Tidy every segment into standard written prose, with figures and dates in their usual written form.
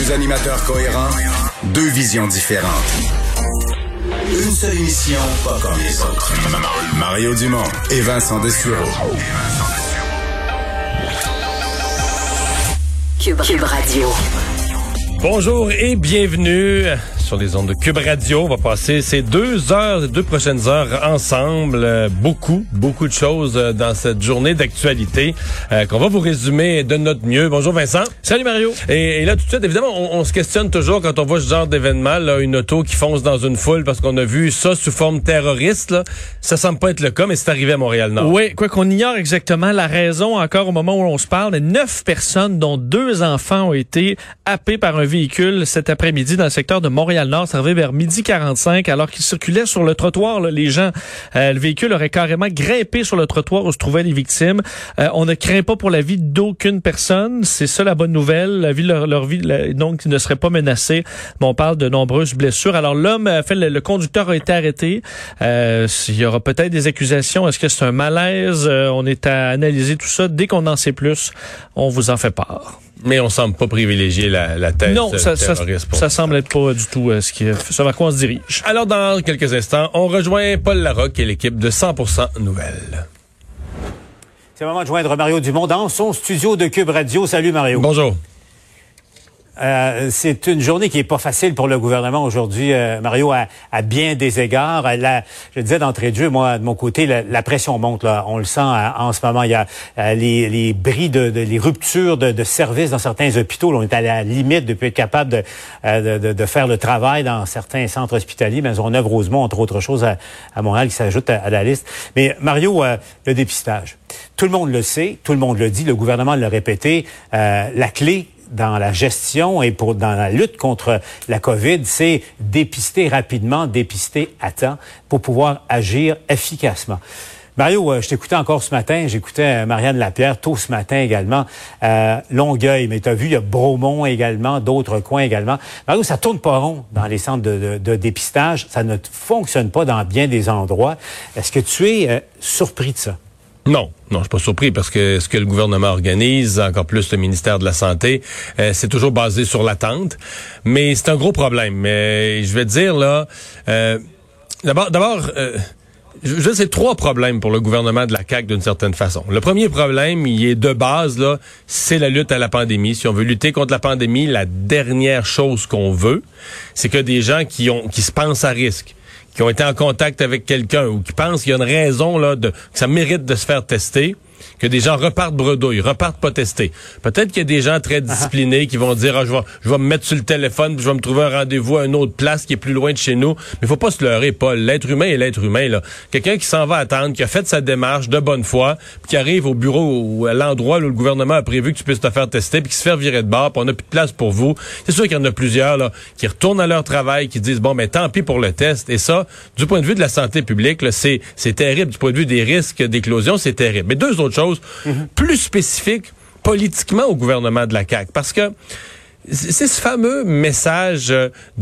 Deux animateurs cohérents, deux visions différentes. Une seule émission, pas comme les autres. Mario Dumont et Vincent Dessureau. Cube Radio. Bonjour et bienvenue sur les ondes de Cube Radio. On va passer ces deux prochaines heures ensemble. Beaucoup de choses dans cette journée d'actualité qu'on va vous résumer de notre mieux. Bonjour Vincent. Salut Mario. Et là tout de suite, évidemment, on se questionne toujours quand on voit ce genre d'événement, là, une auto qui fonce dans une foule parce qu'on a vu ça sous forme terroriste. Là. Ça semble pas être le cas, mais c'est arrivé à Montréal-Nord. Oui, quoi qu'on ignore exactement la raison encore au moment où on se parle, mais 9 personnes, dont 2 enfants, ont été happées par un véhicule cet après-midi dans le secteur de Montréal-Nord. C'est arrivé vers 12h45 alors qu'ils circulaient sur le trottoir. Là, les gens, le véhicule aurait carrément grimpé sur le trottoir où se trouvaient les victimes. On ne craint pas pour la vie d'aucune personne. C'est ça la bonne nouvelle. Leur vie donc ne serait pas menacée. Mais on parle de nombreuses blessures. Alors l'homme, le conducteur a été arrêté. Il y aura peut-être des accusations. Est-ce que c'est un malaise? On est à analyser tout ça. Dès qu'on en sait plus, on vous en fait part. Mais on semble pas privilégier la thèse terroriste. Ça semble être pas du tout ce vers quoi on se dirige. Alors, dans quelques instants, on rejoint Paul Larocque et l'équipe de 100% Nouvelles. C'est le moment de joindre Mario Dumont dans son studio de Cube Radio. Salut Mario. Bonjour. C'est une journée qui est pas facile pour le gouvernement aujourd'hui, Mario, à bien des égards. Je disais d'entrée de jeu, moi, de mon côté, la pression monte. Là, on le sent en ce moment. Il y a les bris les ruptures de services dans certains hôpitaux. Là, on est à la limite de plus être capable de faire le travail dans certains centres hospitaliers. Maisonneuve, Rosemont, entre autres choses à Montréal qui s'ajoutent à la liste. Mais Mario, le dépistage. Tout le monde le sait, tout le monde le dit, le gouvernement l'a répété. La clé dans la gestion et dans la lutte contre la COVID, c'est dépister rapidement, dépister à temps pour pouvoir agir efficacement. Mario, je t'écoutais encore ce matin, j'écoutais Marianne Lapierre tôt ce matin également, Longueuil, mais tu as vu, il y a Bromont également, d'autres coins également. Mario, ça tourne pas rond dans les centres de dépistage, ça ne fonctionne pas dans bien des endroits. Est-ce que tu es surpris de ça? Non, je suis pas surpris parce que ce que le gouvernement organise, encore plus le ministère de la Santé, c'est toujours basé sur l'attente. Mais c'est un gros problème. Mais je vais te dire là, d'abord, je veux dire, c'est 3 problèmes pour le gouvernement de la CAQ d'une certaine façon. Le premier problème, il est de base là, c'est la lutte à la pandémie. Si on veut lutter contre la pandémie, la dernière chose qu'on veut, c'est que des gens qui se pensent à risque, qui ont été en contact avec quelqu'un ou qui pensent qu'il y a une raison là que ça mérite de se faire tester, que des gens repartent bredouilles, repartent pas testés. Peut-être qu'il y a des gens très disciplinés qui vont dire je vais me mettre sur le téléphone puis je vais me trouver un rendez-vous à une autre place qui est plus loin de chez nous. Mais faut pas se leurrer, Paul. L'être humain est l'être humain là. Quelqu'un qui s'en va attendre, qui a fait sa démarche de bonne foi, puis qui arrive au bureau ou à l'endroit où le gouvernement a prévu que tu puisses te faire tester puis qui se fait virer de bord, puis on n'a plus de place pour vous. C'est sûr qu'il y en a plusieurs là qui retournent à leur travail, qui disent bon tant pis pour le test. Et ça, du point de vue de la santé publique, là, c'est terrible. Du point de vue des risques d'éclosion, c'est terrible. Mais deux autres choses plus spécifiques politiquement au gouvernement de la CAQ. Parce que c'est ce fameux message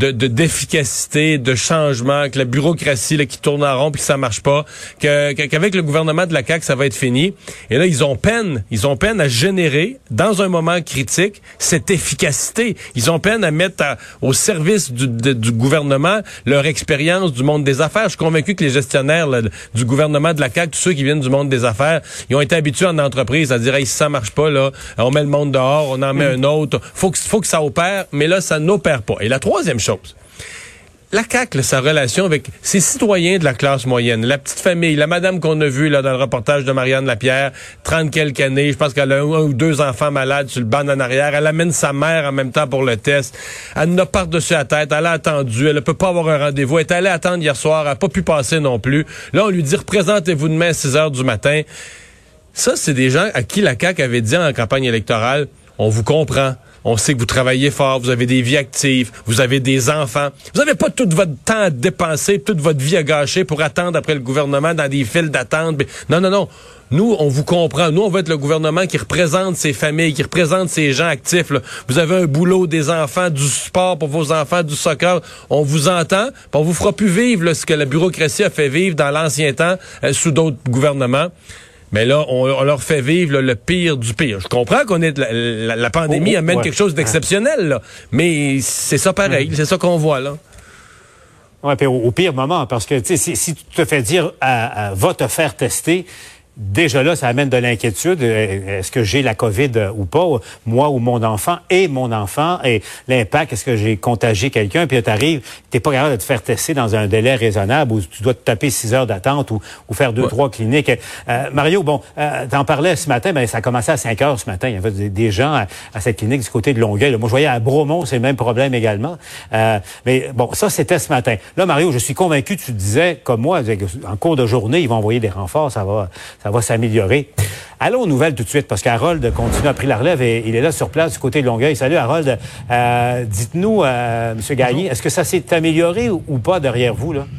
d'efficacité, de changement, que la bureaucratie là, qui tourne en rond puis que ça marche pas, qu'avec le gouvernement de la CAQ, ça va être fini. Et là, ils ont peine à générer, dans un moment critique, cette efficacité. Ils ont peine à mettre au service du gouvernement leur expérience du monde des affaires. Je suis convaincu que les gestionnaires là, du gouvernement de la CAQ, tous ceux qui viennent du monde des affaires, ils ont été habitués en entreprise à dire hey, si ça marche pas, là, on met le monde dehors, on en met un autre. Faut que ça opère, mais là, ça n'opère pas. Et la troisième chose, la CAQ, là, sa relation avec ses citoyens de la classe moyenne, la petite famille, la madame qu'on a vue là dans le reportage de Marianne Lapierre, 30 quelques années, je pense qu'elle a 1 ou 2 enfants malades sur le banc en arrière, elle amène sa mère en même temps pour le test, elle n'a par-dessus la tête, elle a attendu, elle ne peut pas avoir un rendez-vous, elle est allée attendre hier soir, elle n'a pas pu passer non plus. Là, on lui dit, représentez-vous demain à 6 heures du matin. Ça, c'est des gens à qui la CAQ avait dit en campagne électorale, on vous comprend. On sait que vous travaillez fort, vous avez des vies actives, vous avez des enfants. Vous n'avez pas tout votre temps à dépenser, toute votre vie à gâcher pour attendre après le gouvernement dans des files d'attente. Non. Nous, on vous comprend. Nous, on veut être le gouvernement qui représente ces familles, qui représente ces gens actifs. Là. Vous avez un boulot, des enfants, du sport pour vos enfants, du soccer. On vous entend, puis on vous fera plus vivre là, ce que la bureaucratie a fait vivre dans l'ancien temps sous d'autres gouvernements. Mais là, on leur fait vivre là, le pire du pire. Je comprends qu'on est la pandémie amène quelque chose d'exceptionnel, là, mais c'est ça pareil, c'est ça qu'on voit là. Oui, puis au pire moment, parce que si tu te fais dire va te faire tester, déjà là, ça amène de l'inquiétude. Est-ce que j'ai la COVID ou pas, moi ou mon enfant, et l'impact, est-ce que j'ai contagié quelqu'un, puis tu arrives, t'es pas capable de te faire tester dans un délai raisonnable où tu dois te taper 6 heures d'attente ou faire 2-3 cliniques. Mario, t'en parlais ce matin, ça a commencé à 5 heures ce matin. Il y avait des gens à cette clinique du côté de Longueuil. Là, moi, je voyais à Bromont, c'est le même problème également. Mais bon, ça, c'était ce matin. Là, Mario, je suis convaincu, tu disais, comme moi, en cours de journée, ils vont envoyer des renforts, ça va s'améliorer. Allons aux nouvelles tout de suite, parce qu'Harold continue à prendre la relève et il est là sur place du côté de Longueuil. Salut Harold. Dites-nous, M. Gagné, est-ce que ça s'est amélioré ou pas derrière vous, là?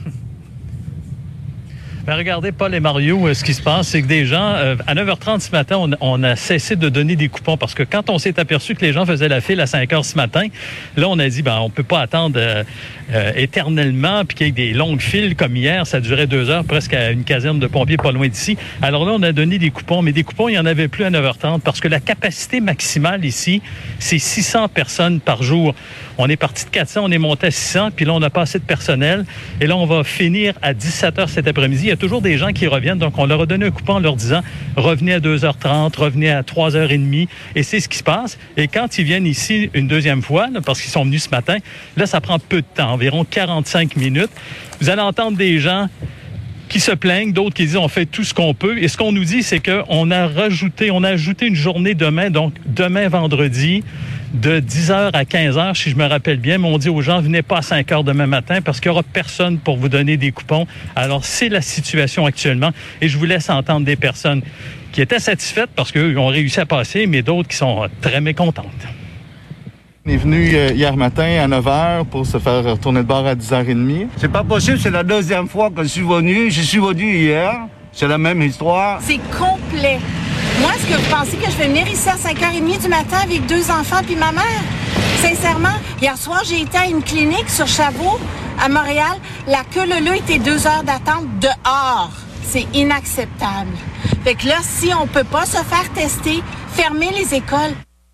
Ben regardez, Paul et Mario, ce qui se passe, c'est que des gens, à 9h30 ce matin, on a cessé de donner des coupons parce que quand on s'est aperçu que les gens faisaient la file à 5h ce matin, là, on a dit, on peut pas attendre éternellement puis qu'il y ait des longues files comme hier. Ça durait 2 heures, presque à une caserne de pompiers pas loin d'ici. Alors là, on a donné des coupons, mais des coupons, il n'y en avait plus à 9h30 parce que la capacité maximale ici, c'est 600 personnes par jour. On est parti de 400, on est monté à 600, puis là, on n'a pas assez de personnel. Et là, on va finir à 17h cet après-midi. Il y a toujours des gens qui reviennent, donc on leur a donné un coupon en leur disant « Revenez à 2h30, revenez à 3h30 », et c'est ce qui se passe. Et quand ils viennent ici une deuxième fois, là, parce qu'ils sont venus ce matin, là, ça prend peu de temps, environ 45 minutes. Vous allez entendre des gens qui se plaignent, d'autres qui disent on fait tout ce qu'on peut. Et ce qu'on nous dit, c'est qu'on a ajouté une journée demain, donc demain vendredi, de 10h à 15h, si je me rappelle bien, mais on dit aux gens, venez pas à 5h demain matin parce qu'il y aura personne pour vous donner des coupons. Alors, c'est la situation actuellement. Et je vous laisse entendre des personnes qui étaient satisfaites parce qu'eux ont réussi à passer, mais d'autres qui sont très mécontentes. On est venu hier matin à 9h pour se faire retourner de bord à 10h30. C'est pas possible, c'est la deuxième fois que je suis venu. Je suis venu hier, c'est la même histoire. C'est complet. Moi, est-ce que vous pensez que je vais venir ici à 5h30 du matin avec 2 enfants puis ma mère? Sincèrement, hier soir, j'ai été à une clinique sur Chabot, à Montréal. La queue leu était 2 heures d'attente dehors. C'est inacceptable. Fait que là, si on peut pas se faire tester, fermez les écoles.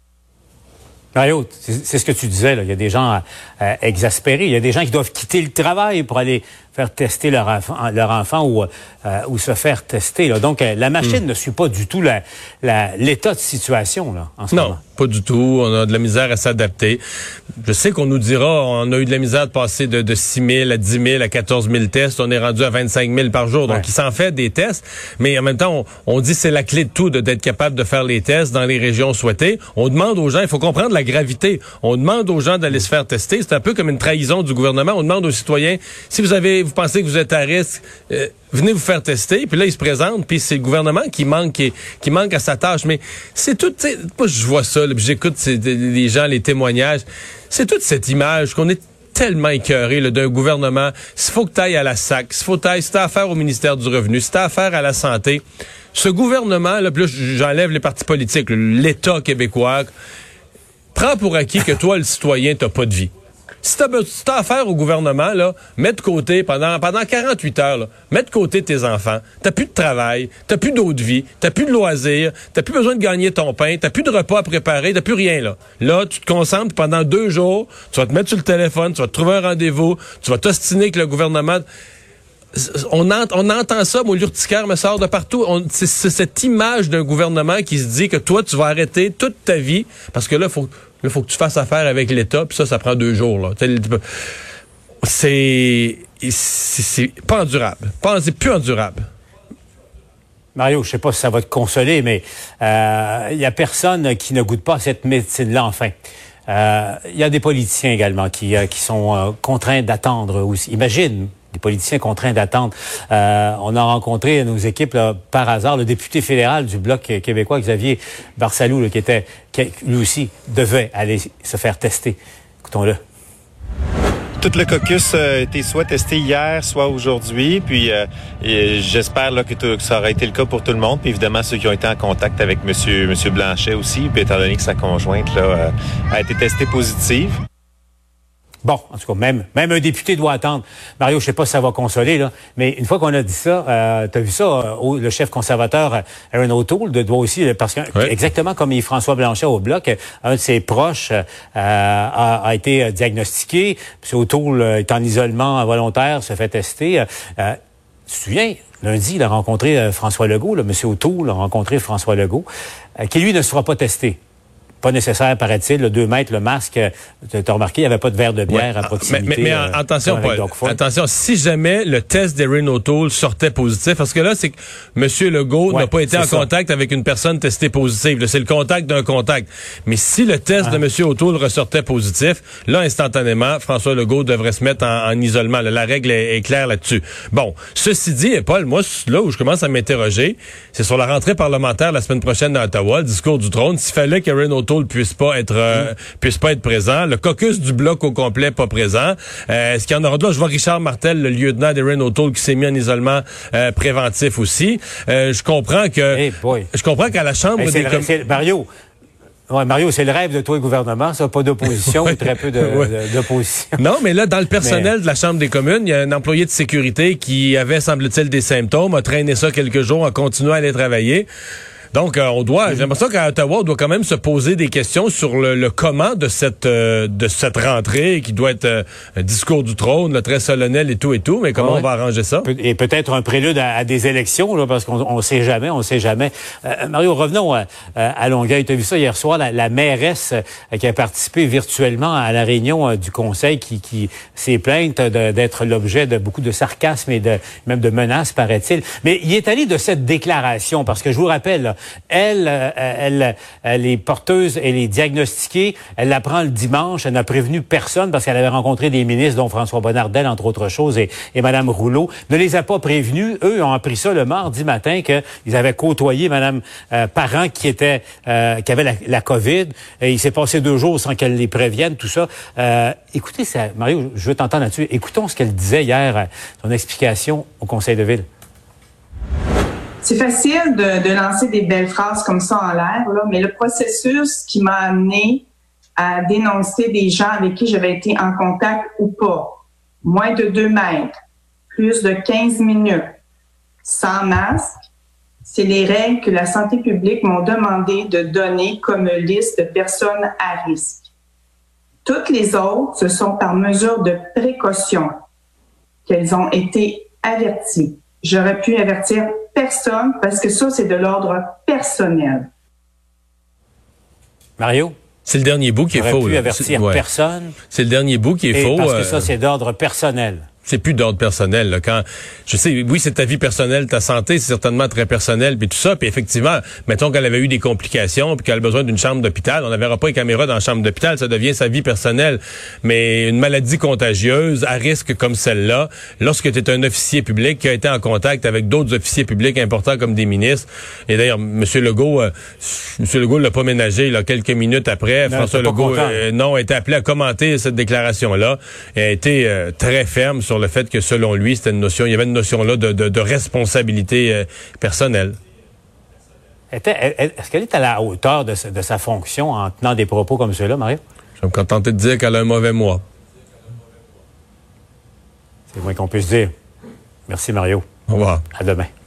Mario, c'est ce que tu disais, là. Il y a des gens exaspérés. Il y a des gens qui doivent quitter le travail pour aller faire tester leur enfant ou se faire tester, là. Donc, la machine ne suit pas du tout l'état de situation, là, en ce moment. Non, pas du tout. On a de la misère à s'adapter. Je sais qu'on nous dira, on a eu de la misère de passer de 6 000 à 10 000 à 14 000 tests. On est rendu à 25 000 par jour. Donc, il s'en fait des tests. Mais en même temps, on dit c'est la clé de tout, d'être capable de faire les tests dans les régions souhaitées. On demande aux gens, il faut comprendre la gravité. On demande aux gens d'aller se faire tester. C'est un peu comme une trahison du gouvernement. On demande aux citoyens, si vous pensez que vous êtes à risque, venez vous faire tester. Puis là, ils se présentent, puis c'est le gouvernement qui manque à sa tâche. Mais c'est tout, tu sais, moi, je vois ça, là, puis j'écoute les gens, les témoignages. C'est toute cette image qu'on est tellement écœuré là, d'un gouvernement. S'il faut que tu ailles à la SAC, si t'as affaire au ministère du Revenu, si t'as affaire à la Santé, ce gouvernement, là, puis là, j'enlève les partis politiques, l'État québécois, prends pour acquis que toi, le citoyen, t'as pas de vie. Si t'as affaire au gouvernement, là, mets de côté pendant 48 heures, là, mets de côté tes enfants. T'as plus de travail, t'as plus d'eau de vie, t'as plus de loisirs, t'as plus besoin de gagner ton pain, t'as plus de repas à préparer, t'as plus rien, là. Là, tu te concentres pendant 2 jours, tu vas te mettre sur le téléphone, tu vas te trouver un rendez-vous, tu vas t'ostiner avec le gouvernement. On entend ça, mon l'urticaire me sort de partout. C'est cette image d'un gouvernement qui se dit que toi, tu vas arrêter toute ta vie parce que là, faut que tu fasses affaire avec l'État, puis ça prend 2 jours, là. C'est pas endurable. C'est plus endurable. Mario, je sais pas si ça va te consoler, mais il y a personne qui ne goûte pas à cette médecine-là, enfin. Il y a des politiciens également qui sont contraints d'attendre aussi. Imagine, des politiciens contraints d'attendre. On a rencontré nos équipes là, par hasard le député fédéral du Bloc québécois, Xavier Barsalou, là, qui lui aussi devait aller se faire tester. Écoutons-le. Tout le caucus a été soit testé hier, soit aujourd'hui. Puis j'espère là, que ça aura été le cas pour tout le monde. Puis évidemment, ceux qui ont été en contact avec Monsieur Blanchet aussi, puis étant donné que sa conjointe là, a été testée positive. Bon, en tout cas, même un député doit attendre. Mario, je sais pas si ça va consoler, là, mais une fois qu'on a dit ça, t'as vu ça, le chef conservateur Aaron O'Toole doit aussi, parce que exactement comme François Blanchet au Bloc, un de ses proches a été diagnostiqué. M. O'Toole est en isolement volontaire, se fait tester. Tu te souviens, lundi, il a rencontré François Legault, M. O'Toole a rencontré François Legault, qui lui ne sera pas testé. Pas nécessaire, paraît-il, le 2 mètres, le masque. Tu as remarqué, il n'y avait pas de verre de bière à proximité. Mais attention, Paul, attention, si jamais le test d'Erin O'Toole sortait positif, parce que là, c'est que M. Legault n'a pas été en contact avec une personne testée positive. Là, c'est le contact d'un contact. Mais si le test de M. O'Toole ressortait positif, là, instantanément, François Legault devrait se mettre en isolement. Là, la règle est claire là-dessus. Bon, ceci dit, Paul, moi, là où je commence à m'interroger, c'est sur la rentrée parlementaire la semaine prochaine à Ottawa, le discours du trône. S'il fallait qu'Erin O'Toole puisse pas être présent. Le caucus du Bloc au complet pas présent. Est-ce qu'il y en aura d'autres? Je vois Richard Martel, le lieutenant d'Erin O'Toole, qui s'est mis en isolement préventif aussi. Je comprends qu'à la Chambre des communes... Mario, c'est le rêve de toi, le gouvernement, ça, pas d'opposition ou très peu d'opposition. Non, mais là, dans le personnel de la Chambre des communes, il y a un employé de sécurité qui avait, semble-t-il, des symptômes, a traîné ça quelques jours, a continué à aller travailler. Donc, j'ai l'impression qu'à Ottawa, on doit quand même se poser des questions sur le comment de cette rentrée qui doit être un discours du trône, là, très solennel et tout, mais comment on va arranger ça? Et peut-être un prélude à des élections, là, parce qu'on sait jamais. Mario, revenons à Longueuil. Tu as vu ça hier soir, la mairesse qui a participé virtuellement à la réunion du conseil qui s'est plainte d'être l'objet de beaucoup de sarcasme et même de menaces, paraît-il. Mais il est allé de cette déclaration, parce que je vous rappelle, là, elle est porteuse, elle est diagnostiquée, elle l'apprend le dimanche, elle n'a prévenu personne parce qu'elle avait rencontré des ministres, dont François Bonnardel, entre autres choses, et Mme Rouleau, ne les a pas prévenus. Eux ont appris ça le mardi matin qu'ils avaient côtoyé Mme Parent qui avait la COVID. Et il s'est passé 2 jours sans qu'elle les prévienne, tout ça. Écoutez, Mario, je veux t'entendre là-dessus. Écoutons ce qu'elle disait hier, son explication au Conseil de ville. C'est facile de lancer des belles phrases comme ça en l'air, là, mais le processus qui m'a amené à dénoncer des gens avec qui j'avais été en contact ou pas, moins de 2 mètres, plus de 15 minutes, sans masque, c'est les règles que la santé publique m'ont demandé de donner comme liste de personnes à risque. Toutes les autres, ce sont par mesure de précaution qu'elles ont été averties. J'aurais pu avertir personne parce que ça, c'est de l'ordre personnel. Mario? C'est le dernier bout qui est faux. J'aurais pu avertir personne. C'est le dernier bout qui est faux. Parce que ça, c'est d'ordre personnel. C'est plus d'ordre personnel. Là. Quand je sais, oui, c'est ta vie personnelle, ta santé, c'est certainement très personnel, puis tout ça. Puis effectivement, mettons qu'elle avait eu des complications, puis qu'elle a besoin d'une chambre d'hôpital, on ne verra pas les caméras dans la chambre d'hôpital, ça devient sa vie personnelle. Mais une maladie contagieuse, à risque comme celle-là, lorsque tu es un officier public qui a été en contact avec d'autres officiers publics importants comme des ministres, et d'ailleurs, M. Legault l'a pas ménagé, là, quelques minutes après, non, François Legault, a été appelé à commenter cette déclaration-là, et a été très ferme sur le fait que, selon lui, il y avait une notion là de responsabilité personnelle. Est-ce qu'elle est à la hauteur de sa fonction en tenant des propos comme ceux-là, Mario? Je vais me contenter de dire qu'elle a un mauvais mois. C'est le moins qu'on puisse dire. Merci, Mario. Au revoir. À demain.